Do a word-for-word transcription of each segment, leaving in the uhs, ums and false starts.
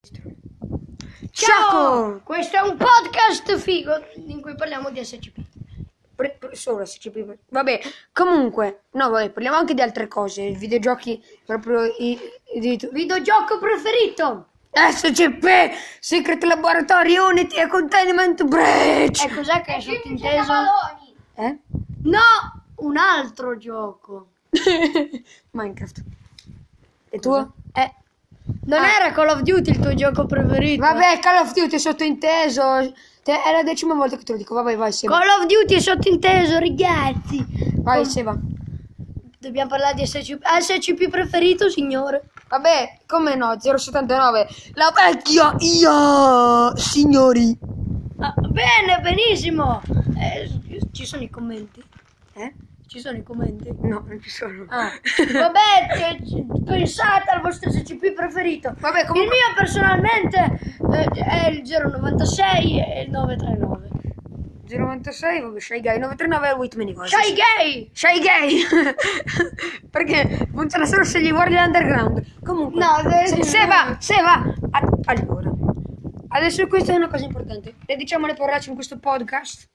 Ciao! Questo è un podcast figo in cui parliamo di S C P. Pre- pre- solo S C P. Vabbè, comunque, no, vabbè, parliamo anche di altre cose. Videogiochi, proprio i, i, i Videogioco preferito? S C P, Secret Laboratory, Unity e Containment Breach. E cos'è che è sottinteso? Eh? No, un altro gioco. Minecraft. E tuo? Eh, non Ah. era Call of Duty il tuo gioco preferito? Vabbè, Call of Duty è sottointeso. Te- è la decima volta che te lo dico. Vabbè, vai, Seba. Call of Duty è sottinteso, ragazzi. Vai, Com- Seba. Dobbiamo parlare di S C P. S C P preferito, signore? Vabbè, come no, zero settantanove. La vecchia I A, signori. Ah, bene, benissimo. Eh, ci sono i commenti? Eh? Ci sono i commenti? No, non ci sono. Ah, vabbè, che- pensate al vostro S C P preferito. Vabbè, comunque- Il mio personalmente eh, è il zero novantasei e il nove trentanove. zero novantasei, vabbè, Shy Guy. nove trentanove è With Many Voices. Shy Gay! Shy Gay. Perché funziona solo se gli guardi l'underground. Comunque, No, se, se- se va, se va. A- allora, adesso questa è una cosa importante. Le diciamo le parolacce in questo podcast?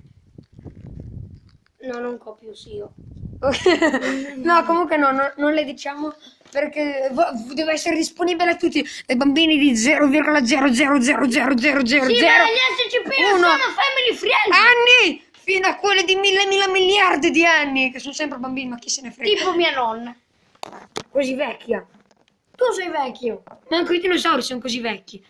No, non copio, sì io. No, comunque no, no, non le diciamo perché vo- deve essere disponibile a tutti i bambini di zero virgola zero zero zero zero zero zero Sì, ma gli S C P non uno sono family friendly. anni fino a quelli di mille mila miliardi di anni che sono sempre bambini, ma chi se ne frega. Tipo mia nonna. Così vecchia. Tu sei vecchio. Ma anche i dinosauri sono così vecchi.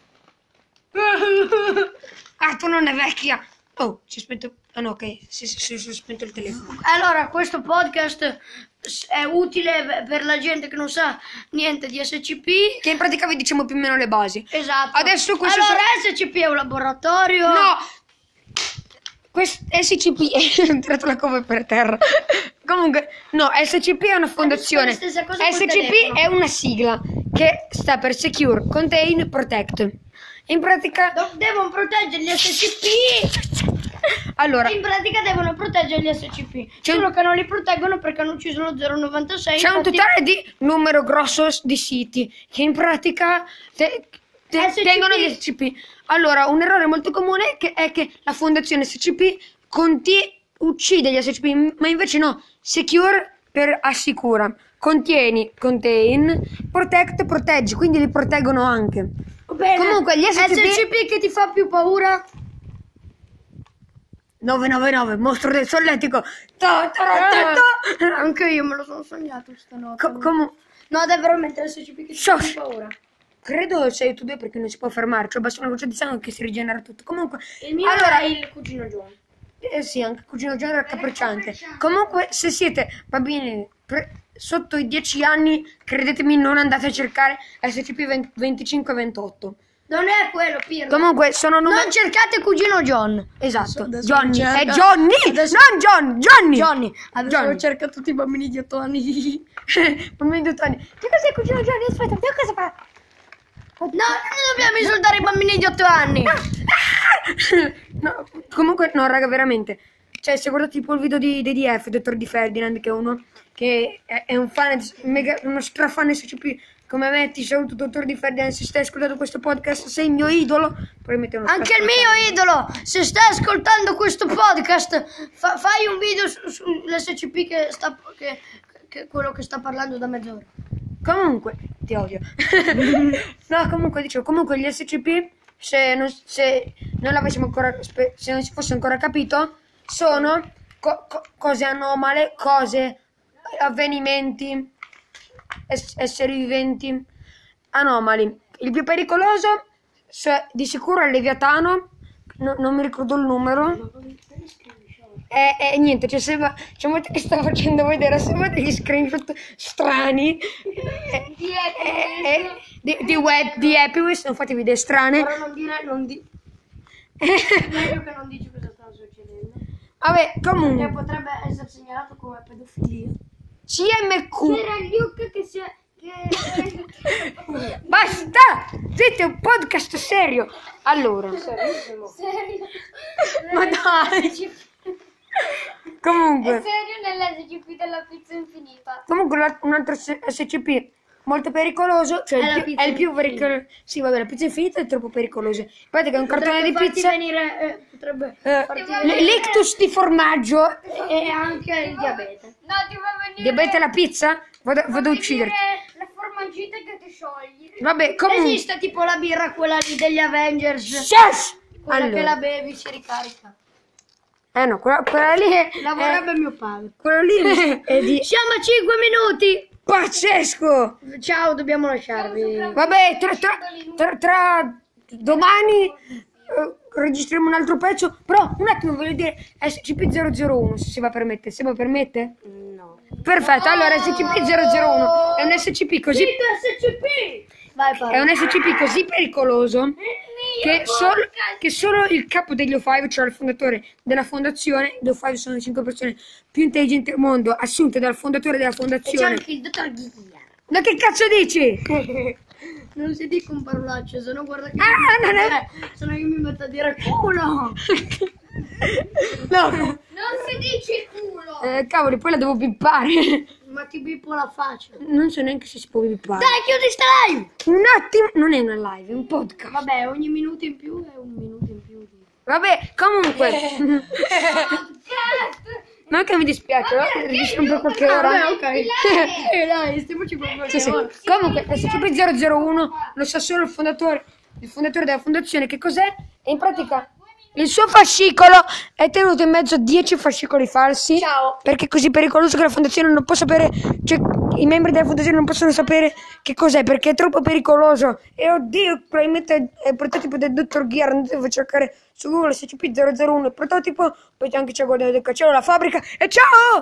Ah, tu non è vecchia. Oh, si è spento. Ah no, ok, si, si, si, si è spento il telefono. Allora, questo podcast s- è utile per la gente che non sa niente di S C P. Che in pratica vi diciamo più o meno le basi. Esatto. Adesso questo allora, S C P è un laboratorio. No! Questo S C P ho tirato la cover per terra. Comunque, no, S C P è una fondazione. Stessa cosa col S C P telefono. è una sigla che sta per Secure, Contain, Protect. In pratica, Do- devono proteggere gli S C P. allora, In pratica devono proteggere gli S C P. C'è- Solo che non li proteggono perché hanno ucciso lo zero novantasei. c'è un infatti- totale di numero grosso di siti che in pratica te- te- S C P. tengono gli S C P. Allora, un errore molto comune che è che la fondazione S C P conti- uccide gli S C P, ma invece no. Secure per assicura, contieni, contain, protect, proteggi, quindi li proteggono anche. Bene. Comunque, gli S C P S C P che ti fa più paura? nove nove nove, mostro del solletico. Ta- ta- ta- ta- Anche io me lo sono sognato stanotte. Co- comu- No, dai, veramente l'S C P che ti fa più paura. Credo sei tu due perché non si può fermare, cioè basta una goccia di sangue che si rigenera tutto. Comunque, Il mio allora, è il cugino John. eh sì, anche cugino Gianni era raccapricciante. Comunque, se siete bambini pre- sotto i dieci anni, credetemi, non andate a cercare S C P venticinque ventotto. Non è quello, Pirlo. Comunque, sono numeri. Non cercate cugino John. Esatto, Adesso Johnny, cerca- è Johnny, Adesso- non John, Johnny. Johnny. Adesso Johnny. cerca tutti i bambini di otto anni. Bambini di otto anni. Che cos'è cugino Johnny? Aspetta, che cosa fa? No, non dobbiamo insultare i bambini di otto anni. No, comunque, no, raga, veramente. Cioè, se guardate tipo il video di D D F, Dottor Di Ferdinand, che è uno che è, è un fan, mega, uno strafan S C P come me, ti saluto, Dottor Di Ferdinand, se stai ascoltando questo podcast, sei il mio idolo. Poi mettere uno Anche il strafan. mio idolo, se stai ascoltando questo podcast, fa- fai un video su- sull'S C P che sta che, che quello che sta parlando da mezz'ora. Comunque, ti odio. No, comunque, dicevo, comunque gli S C P, se non, se non l'avessimo ancora, spe- se non si fosse ancora capito, sono co- co- cose anomale, cose, avvenimenti, ess- esseri viventi anomali. Il più pericoloso, se- di sicuro è il Leviatano, no- non mi ricordo il numero. E, e niente, c'è Seba, c'è molto che sta facendo vedere Seba degli screenshot strani e- e- e- di, di web, di Epiwis, non fate video strane. Ora non dire, non di... meglio che non dici cosa sta succedendo. Vabbè, Che comunque, potrebbe essere segnalato come pedofilia. C M Q, C'era il Luke che si è... Che... basta! Zitto, è un podcast serio. Allora, Serio? ma dai, comunque, Serio nell'S C P della pizza infinita. comunque la- un altro S C P molto pericoloso, cioè È la il più, pizza è il più infinita. pericoloso. Sì, vabbè, la pizza infinita è troppo pericolosa. In pratica è un cartone di Potrebbe farti pizza, venire, eh, potrebbe eh, farti l- venire l'ictus di formaggio. e anche il diabete. No, ti fa venire... Diabete alla pizza? Vado, vado a fa ucciderti. venire la formagita che ti sciogli. Vabbè, comunque. Esiste tipo la birra, quella lì degli Avengers, Shush! quella che Allora. la bevi si ricarica. Eh no, quella, quella lì è, Lavorerebbe è- mio padre. quello lì è di Siamo a cinque minuti. pazzesco. Ciao, dobbiamo lasciarvi. Vabbè, tra, tra, tra, tra domani eh, registriamo un altro pezzo. Però un attimo voglio dire S C P zero zero uno, se si va a permettere. Se va a permettere? No. Perfetto, allora S C P zero zero uno è un S C P così S C P. Vai, è parla. un S C P così pericoloso che solo, che solo il capo degli O cinque, cioè il fondatore della fondazione, gli O cinque sono le cinque persone più intelligenti al mondo, assunte dal fondatore della E c'è fondazione. anche il dottor Ghiglia. Ma che cazzo dici? Non si dica un parolaccio, se no guarda che Ah, mi non metto a è- dire- se no io mi metto a dire culo. No, Non si dice culo. eh, cavoli, poi la devo bippare. Ma ti bippo la faccia. Non so neanche se si può bippare. Dai, chiudi sta live. Un attimo, non è una live, è un podcast. Vabbè, ogni minuto in più è un minuto in più. di- Vabbè, comunque. Non che mi dispiace, no? Registriamo per qualche ora. Vabbè, ok. Eh, dai, stiamoci per qualche Sì, sì. ora. Comunque, S C P zero zero uno lo sa solo il fondatore, il fondatore della fondazione. Che cos'è? E in pratica il suo fascicolo è tenuto in mezzo a dieci fascicoli falsi. Ciao. Perché è così pericoloso che la fondazione non può sapere, cioè i membri della fondazione non possono sapere che cos'è perché è troppo pericoloso. E oddio, probabilmente è il prototipo del dottor Gear. Andate a cercare su Google S C P zero zero uno, il prototipo, poi anche c'è Guardiano del Cancello, la fabbrica. E ciao!